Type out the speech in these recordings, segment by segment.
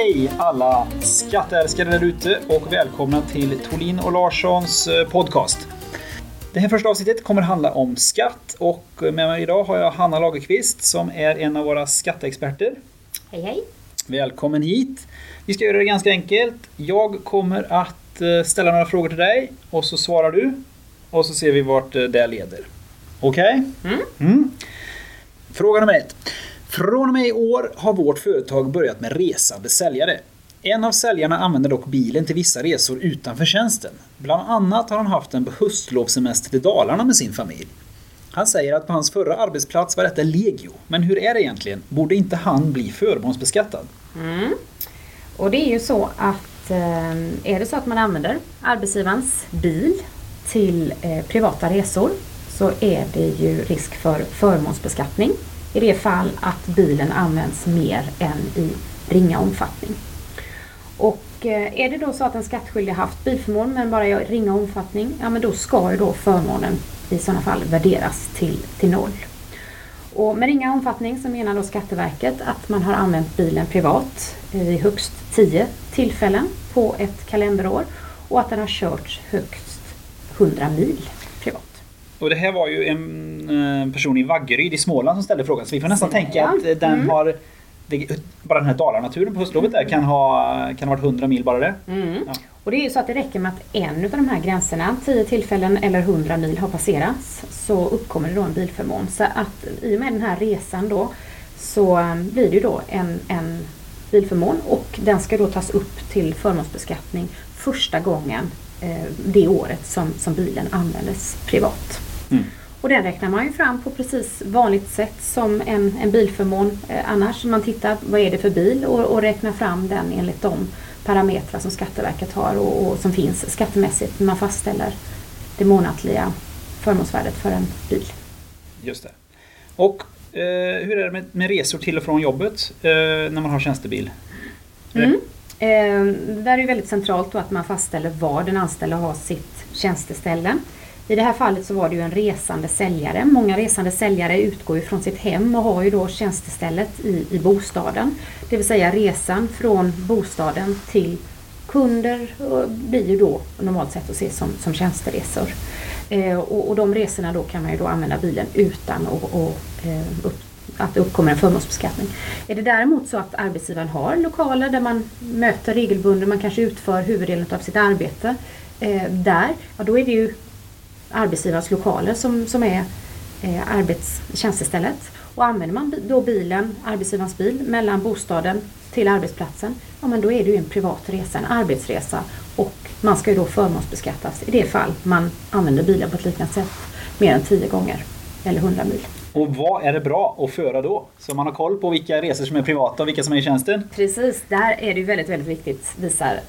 Hej alla skatteälskare där ute och välkomna till Thulin och Larssons podcast. Det här första avsnittet kommer handla om skatt och med mig idag har jag Hanna Lagerqvist som är en av våra skatteexperter. Hej hej! Välkommen hit. Vi ska göra det ganska enkelt. Jag kommer att ställa några frågor till dig och så svarar du och så ser vi vart det leder. Okej? Fråga nummer 1. Från och med i år har vårt företag börjat med resande säljare. En av säljarna använder dock bilen till vissa resor utanför tjänsten. Bland annat har han haft en höstlovsemester till Dalarna med sin familj. Han säger att på hans förra arbetsplats var detta legio. Men hur är det egentligen? Borde inte han bli förmånsbeskattad? Och det är ju så att är det så att man använder arbetsgivarens bil till privata resor så är det ju risk för förmånsbeskattning i det fall att bilen används mer än i ringa omfattning. Och är det då så att en skattskyldig haft bilförmån men bara i ringa omfattning, ja men då ska ju då förmånen i sådana fall värderas till noll. Och med ringa omfattning så menar då Skatteverket att man har använt bilen privat i högst 10 tillfällen på ett kalenderår och att den har körts högst 100 mil privat. Och det här var ju en person i Vaggeryd i Småland som ställde frågan. Så vi får nästan tänka att den har, bara den här Dalarnaturen på höstlovet där kan ha varit 100 mil bara det. Ja. Och det är ju så att det räcker med att en av de här gränserna, 10 tillfällen eller 100 mil har passerats, så uppkommer det då en bilförmån. Så att i och med den här resan då så blir det ju då en bilförmån och den ska då tas upp till förmånsbeskattning första gången det året som bilen användes privat. Och den räknar man ju fram på precis vanligt sätt som en bilförmån annars. Man tittar vad är det för bil och räknar fram den enligt de parametrar som Skatteverket har och som finns skattemässigt när man fastställer det månatliga förmånsvärdet för en bil. Just det. Och hur är det med resor till och från jobbet när man har tjänstebil? Det där är ju väldigt centralt då att man fastställer var den anställda har sitt tjänsteställe. I det här fallet så var det ju en resande säljare. Många resande säljare utgår ju från sitt hem och har ju då tjänstestället i bostaden. Det vill säga resan från bostaden till kunder blir ju då normalt sett att se som tjänsteresor. Och de resorna då kan man ju då använda bilen utan att det uppkommer en förmånsbeskattning. Är det däremot så att arbetsgivaren har lokaler där man möter regelbundet, man kanske utför huvuddelen av sitt arbete då är det ju arbetsgivarens lokaler som är tjänstestället. Och använder man då arbetsgivarens bil mellan bostaden till arbetsplatsen, ja men då är det ju en privat resa, en arbetsresa och man ska ju då förmånsbeskattas i det fall man använder bilen på ett liknande sätt mer än 10 gånger eller 100 mil. Och vad är det bra att föra då? Så man har koll på vilka resor som är privata och vilka som är i tjänsten? Precis, där är det ju väldigt, väldigt viktigt, visar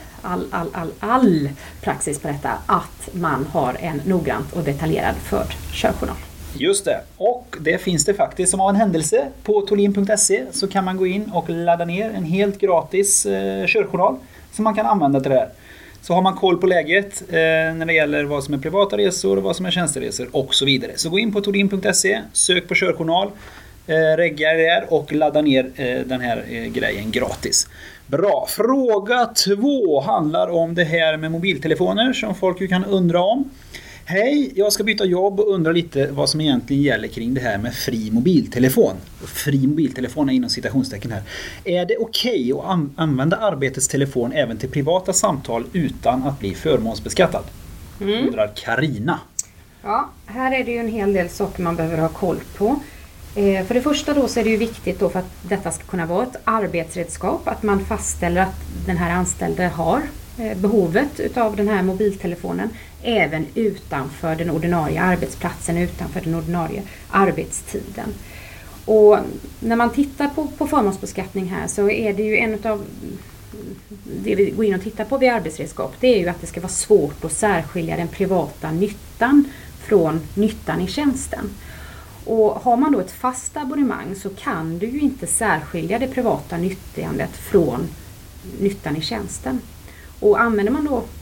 all praxis på detta, att man har en noggrant och detaljerad förd körjournal. Just det, och det finns det faktiskt som av en händelse på thulin.se så kan man gå in och ladda ner en helt gratis körjournal som man kan använda till det här. Så har man koll på läget när det gäller vad som är privata resor och vad som är tjänsteresor och så vidare. Så gå in på thulin.se, sök på körjournal, regga där och ladda ner den här grejen gratis. Bra. Fråga 2 handlar om det här med mobiltelefoner som folk ju kan undra om. Hej, jag ska byta jobb och undrar lite vad som egentligen gäller kring det här med fri mobiltelefon. Fri mobiltelefon är inom citationstecken här. Är det okej att använda arbetets telefon även till privata samtal utan att bli förmånsbeskattad? Undrar Karina. Ja, här är det ju en hel del saker man behöver ha koll på. För det första då så är det ju viktigt då för att detta ska kunna vara ett arbetsredskap att man fastställer att den här anställde har behovet utav den här mobiltelefonen även utanför den ordinarie arbetsplatsen, utanför den ordinarie arbetstiden. Och när man tittar på förmånsbeskattning här så är det ju en av det vi går in och tittar på vid arbetsredskap, det är ju att det ska vara svårt att särskilja den privata nyttan från nyttan i tjänsten. Och har man då ett fast abonnemang så kan du ju inte särskilja det privata nyttjandet från nyttan i tjänsten. Och använder man då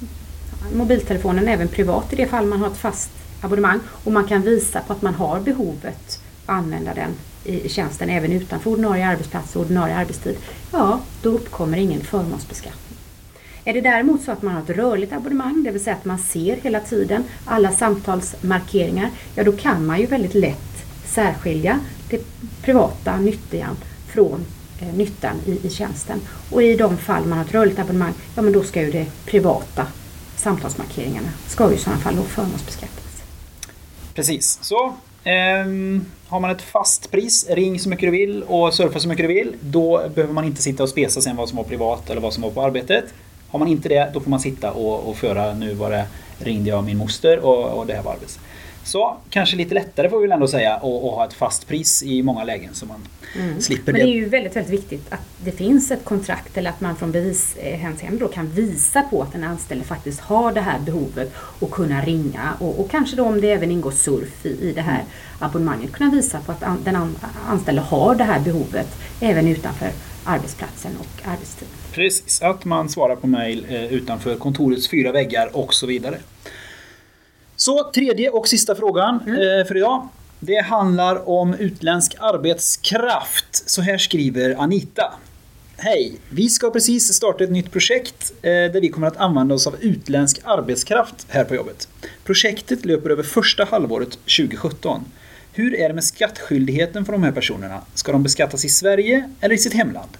mobiltelefonen även privat i det fall man har ett fast abonnemang och man kan visa på att man har behovet använda den i tjänsten även utanför ordinarie arbetsplats och ordinarie arbetstid, ja, då uppkommer ingen förmånsbeskattning. Är det däremot så att man har ett rörligt abonnemang, det vill säga att man ser hela tiden alla samtalsmarkeringar, ja då kan man ju väldigt lätt särskilja det privata nyttiga från nyttan i tjänsten. Och i de fall man har ett rörligt abonnemang, ja men då ska ju det privata samtalsmarkeringarna ska ju i sådana fall då förmånsbeskattas. Precis, så har man ett fast pris, ring så mycket du vill och surfa så mycket du vill, då behöver man inte sitta och spesa sen vad som var privat eller vad som var på arbetet. Har man inte det, då får man sitta och föra, nu var det, ringde jag min moster och det här var arbets. Så kanske lite lättare får vi väl ändå säga att ha ett fast pris i många lägen så man slipper det. Men det är ju väldigt, väldigt viktigt att det finns ett kontrakt eller att man från bevishänseende då kan visa på att den anställde faktiskt har det här behovet och kunna ringa och kanske då om det även ingår surf i det här abonnemanget kunna visa på att den anställde har det här behovet även utanför arbetsplatsen och arbetstiden. Precis, att man svarar på mejl utanför kontorets 4 väggar och så vidare. Så tredje och sista frågan för idag. Det handlar om utländsk arbetskraft. Så här skriver Anita. Hej, vi ska precis starta ett nytt projekt där vi kommer att använda oss av utländsk arbetskraft här på jobbet. Projektet löper över första halvåret 2017. Hur är det med skattskyldigheten för de här personerna? Ska de beskattas i Sverige eller i sitt hemland?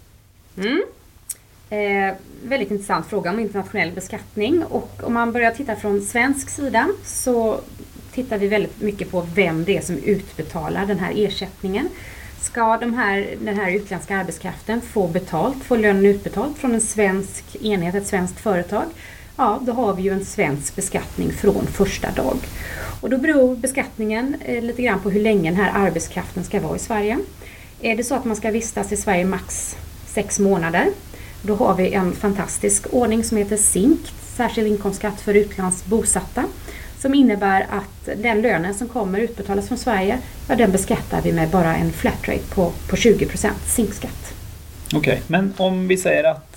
Väldigt intressant fråga om internationell beskattning, och om man börjar titta från svensk sida så tittar vi väldigt mycket på vem det är som utbetalar den här ersättningen. Ska den här utländska arbetskraften få lönen utbetalt från en svensk enhet, ett svenskt företag, ja då har vi ju en svensk beskattning från första dag. Och då beror beskattningen lite grann på hur länge den här arbetskraften ska vara i Sverige. Är det så att man ska vistas i Sverige max 6 månader, då har vi en fantastisk ordning som heter SINK, särskild inkomstskatt för utlandsbosatta, som innebär att den lönen som kommer utbetalas från Sverige, ja, den beskattar vi med bara en flat rate på 20% SINK-skatt. Okej, men om vi säger att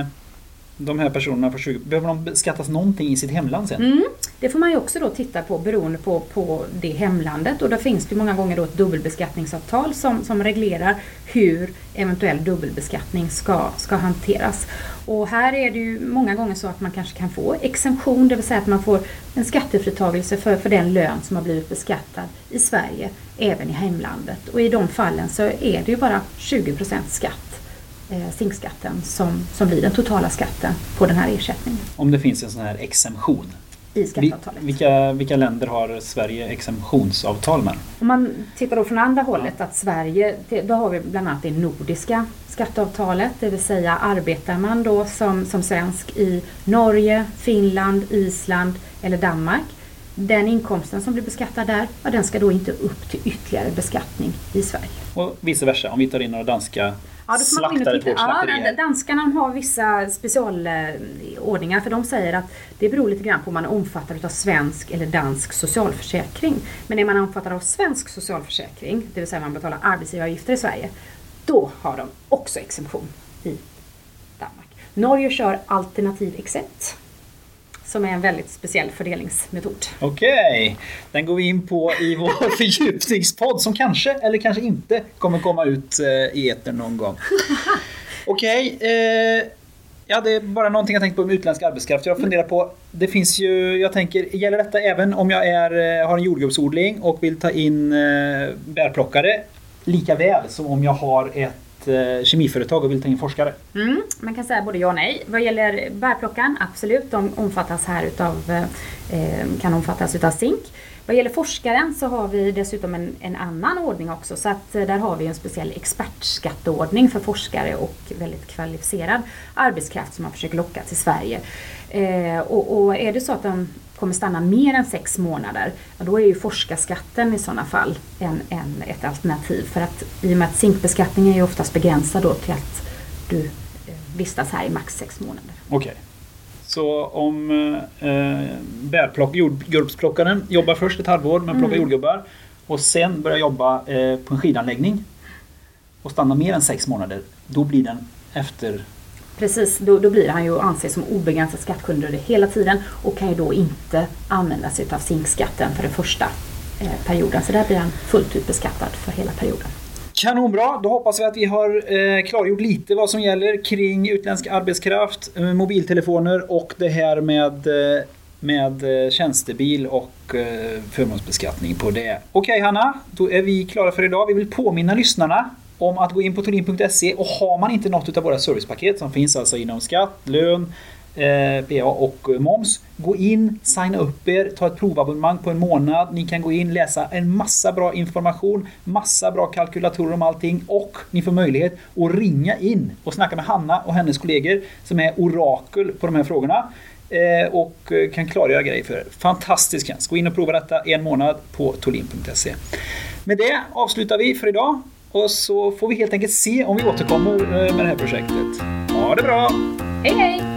de här personerna får 20, behöver de beskattas någonting i sitt hemland sen? Det får man ju också då titta på beroende på det hemlandet, och då finns det många gånger då ett dubbelbeskattningsavtal som reglerar hur eventuell dubbelbeskattning ska hanteras. Och här är det ju många gånger så att man kanske kan få exemption, det vill säga att man får en skattefritagelse för den lön som har blivit beskattad i Sverige även i hemlandet. Och i de fallen så är det ju bara 20% skatt, SINK-skatten, som blir den totala skatten på den här ersättningen. Om det finns en sån här exemption. I skatteavtalet. Vilka länder har Sverige exemptionsavtal med? Om man tittar då från andra hållet, att Sverige, då har vi bland annat det nordiska skatteavtalet, det vill säga arbetar man då som svensk i Norge, Finland, Island eller Danmark, den inkomsten som blir beskattad där, ja, den ska då inte upp till ytterligare beskattning i Sverige. Och vice versa, om vi tar in några danska slaktare på slakterier. Danskarna har vissa specialordningar, för de säger att det beror lite grann på om man är omfattad av svensk eller dansk socialförsäkring. Men är man omfattad av svensk socialförsäkring, det vill säga man betalar arbetsgivaravgifter i Sverige, då har de också exemption i Danmark. Norge kör alternativ accept, som är en väldigt speciell fördelningsmetod. Okej, den går vi in på i vår fördjupningspodd som kanske eller kanske inte kommer komma ut i etern någon gång. Okej, ja, det är bara någonting jag tänkt på med utländsk arbetskraft. Jag funderar på, det finns ju, jag tänker, gäller detta även om jag har en jordgubbsodling och vill ta in bärplockare, lika väl som om jag har ett kemiföretag och vill ta in forskare? Man kan säga både ja och nej. Vad gäller bärplockan, absolut, de omfattas här kan omfattas utav SINK. Vad gäller forskaren så har vi dessutom en annan ordning också, så att där har vi en speciell expertskatteordning för forskare och väldigt kvalificerad arbetskraft som man försöker locka till Sverige. Och är det så att de kommer stanna mer än 6 månader, då är ju forskarskatten i sådana fall ett alternativ, för att i och med att SINK-beskattningen är ju oftast begränsad då till att du vistas här i max 6 månader. Okej. Så om jordgubbsplockaren jobbar först ett halvår med att plocka jordgubbar och sen börjar jobba på en skidanläggning och stannar mer än 6 månader, då blir den efter... Precis, då blir han ju anses som obegränsad skattskyldig hela tiden och kan ju då inte använda sig av SINK-skatten för det första perioden. Så där blir han fullt ut beskattad för hela perioden. Kanonbra, då hoppas vi att vi har klargjort lite vad som gäller kring utländsk arbetskraft, mobiltelefoner och det här med tjänstebil och förmånsbeskattning på det. Okej Hanna, då är vi klara för idag. Vi vill påminna lyssnarna om att gå in på tolin.se, och har man inte något av våra servicepaket som finns alltså inom skatt, lön, BA och moms, gå in, signa upp er, ta ett provabonnemang på en månad. Ni kan gå in, läsa en massa bra information, massa bra kalkylatorer om allting, och ni får möjlighet att ringa in och snacka med Hanna och hennes kollegor som är orakel på de här frågorna och kan klargöra grejer för er. Fantastisk tjänst. Gå in och prova detta en månad på tolin.se. Med det avslutar vi för idag, och så får vi helt enkelt se om vi återkommer med det här projektet. Ha det bra! Hej hej!